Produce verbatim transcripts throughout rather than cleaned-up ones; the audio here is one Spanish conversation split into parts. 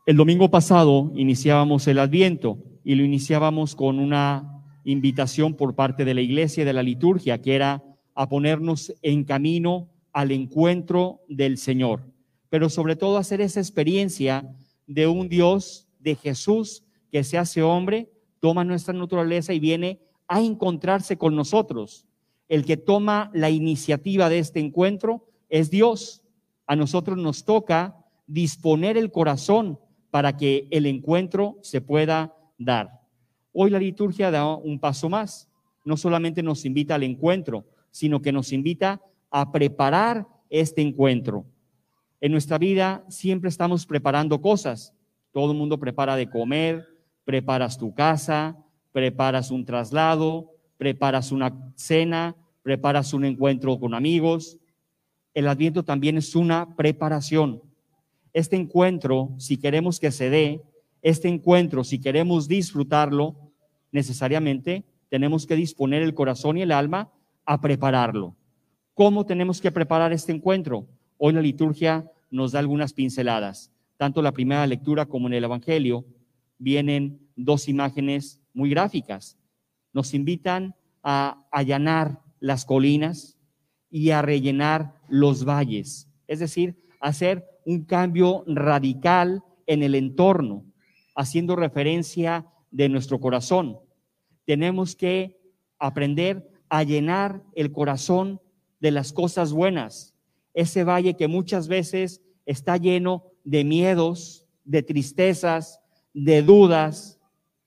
El domingo pasado iniciábamos el Adviento y lo iniciábamos con una invitación por parte de la iglesia y de la liturgia, que era a ponernos en camino al encuentro del Señor, pero sobre todo hacer esa experiencia de un Dios, de Jesús, que se hace hombre, toma nuestra naturaleza y viene a encontrarse con nosotros. El que toma la iniciativa de este encuentro es Dios. A nosotros nos toca disponer el corazón para que el encuentro se pueda dar. Hoy la liturgia da un paso más. No solamente nos invita al encuentro, sino que nos invita a preparar este encuentro. En nuestra vida siempre estamos preparando cosas. Todo el mundo prepara de comer, preparas tu casa, preparas un traslado, preparas una cena, preparas un encuentro con amigos. El Adviento también es una preparación. Este encuentro, si queremos que se dé, este encuentro, si queremos disfrutarlo, necesariamente tenemos que disponer el corazón y el alma a prepararlo. ¿Cómo tenemos que preparar este encuentro? Hoy la liturgia nos da algunas pinceladas. Tanto la primera lectura como en el Evangelio vienen dos imágenes muy gráficas. Nos invitan a allanar las colinas y a rellenar los valles, es decir, a hacer un cambio radical en el entorno, haciendo referencia de nuestro corazón. Tenemos que aprender a llenar el corazón de las cosas buenas, ese valle que muchas veces está lleno de miedos, de tristezas, de dudas,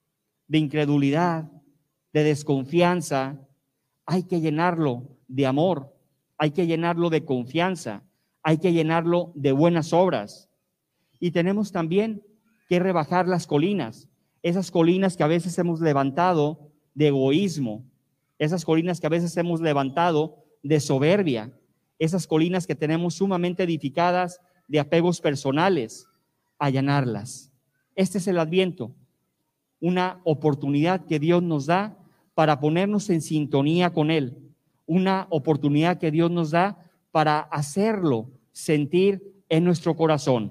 de incredulidad, de desconfianza. Hay que llenarlo de amor, hay que llenarlo de confianza, hay que llenarlo de buenas obras. Y tenemos también que rebajar las colinas, esas colinas que a veces hemos levantado de egoísmo, esas colinas que a veces hemos levantado de soberbia, esas colinas que tenemos sumamente edificadas de apegos personales, allanarlas. Este es el Adviento, una oportunidad que Dios nos da para ponernos en sintonía con Él, una oportunidad que Dios nos da para hacerlo sentir en nuestro corazón.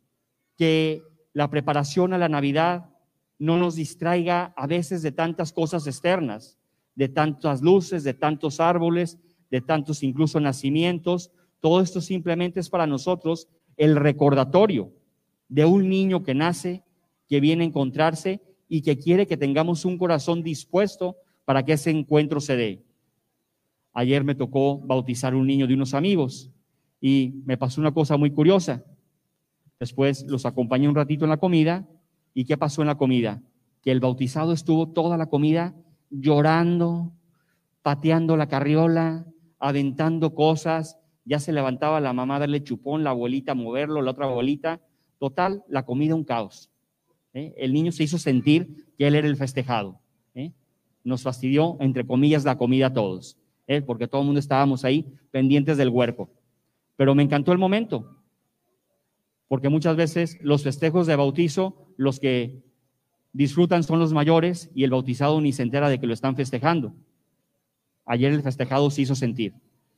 Que la preparación a la Navidad no nos distraiga a veces de tantas cosas externas, de tantas luces, de tantos árboles, de tantos incluso nacimientos. Todo esto simplemente es para nosotros el recordatorio de un niño que nace, que viene a encontrarse y que quiere que tengamos un corazón dispuesto para que ese encuentro se dé. Ayer me tocó bautizar un niño de unos amigos y me pasó una cosa muy curiosa. Después los acompañé un ratito en la comida. ¿Y qué pasó en la comida? Que el bautizado estuvo toda la comida llorando, pateando la carriola, aventando cosas. Ya se levantaba la mamá a darle chupón, la abuelita a moverlo, la otra abuelita. Total, la comida un caos. ¿Eh? El niño se hizo sentir que él era el festejado. ¿Eh? Nos fastidió, entre comillas, la comida a todos, ¿eh? Porque todo el mundo estábamos ahí pendientes del huerco. Pero me encantó el momento, porque muchas veces los festejos de bautizo, los que disfrutan son los mayores y el bautizado ni se entera de que lo están festejando. Ayer el festejado se hizo sentir.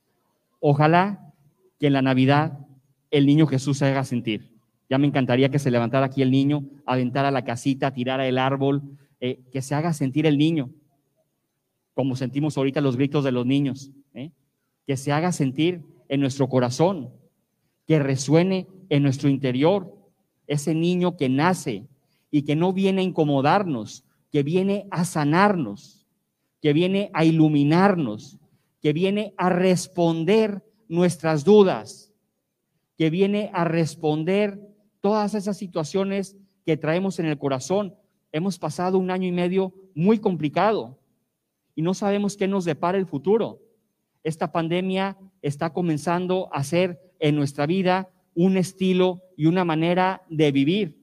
Ojalá que en la Navidad el niño Jesús se haga sentir. Ya me encantaría que se levantara aquí el niño, aventara la casita, tirara el árbol, eh, que se haga sentir el niño, como sentimos ahorita los gritos de los niños, ¿eh? Que se haga sentir en nuestro corazón, que resuene en nuestro interior, ese niño que nace y que no viene a incomodarnos, que viene a sanarnos, que viene a iluminarnos, que viene a responder nuestras dudas, que viene a responder todas esas situaciones que traemos en el corazón. Hemos pasado un año y medio muy complicado y no sabemos qué nos depara el futuro. Esta pandemia está comenzando a ser en nuestra vida un estilo y una manera de vivir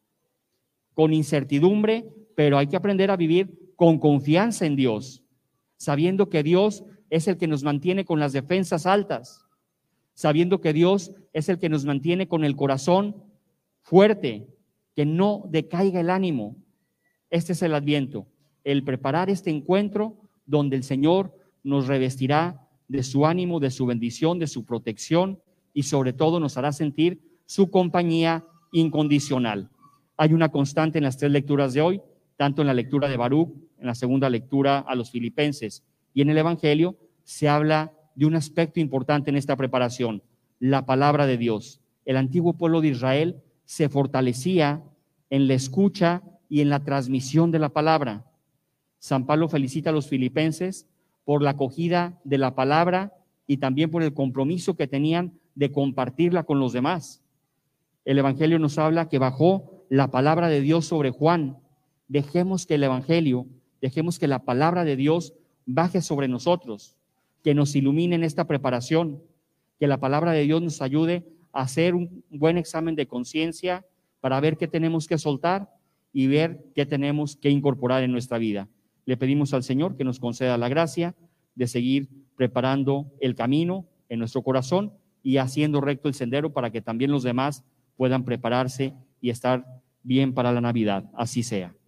con incertidumbre, pero hay que aprender a vivir con confianza en Dios, sabiendo que Dios es el que nos mantiene con las defensas altas, sabiendo que Dios es el que nos mantiene con el corazón fuerte, que no decaiga el ánimo. Este es el Adviento, el preparar este encuentro donde el Señor nos revestirá de su ánimo, de su bendición, de su protección y sobre todo nos hará sentir su compañía incondicional. Hay una constante en las tres lecturas de hoy, tanto en la lectura de Baruch, en la segunda lectura a los Filipenses y en el Evangelio, se habla de un aspecto importante en esta preparación, la palabra de Dios. El antiguo pueblo de Israel se fortalecía en la escucha y en la transmisión de la palabra. San Pablo felicita a los filipenses por la acogida de la palabra y también por el compromiso que tenían de compartirla con los demás. El Evangelio nos habla que bajó la palabra de Dios sobre Juan. Dejemos que el Evangelio, dejemos que la palabra de Dios baje sobre nosotros, que nos ilumine en esta preparación, que la palabra de Dios nos ayude a hacer un buen examen de conciencia para ver qué tenemos que soltar y ver qué tenemos que incorporar en nuestra vida. Le pedimos al Señor que nos conceda la gracia de seguir preparando el camino en nuestro corazón y haciendo recto el sendero para que también los demás puedan prepararse y estar bien para la Navidad. Así sea.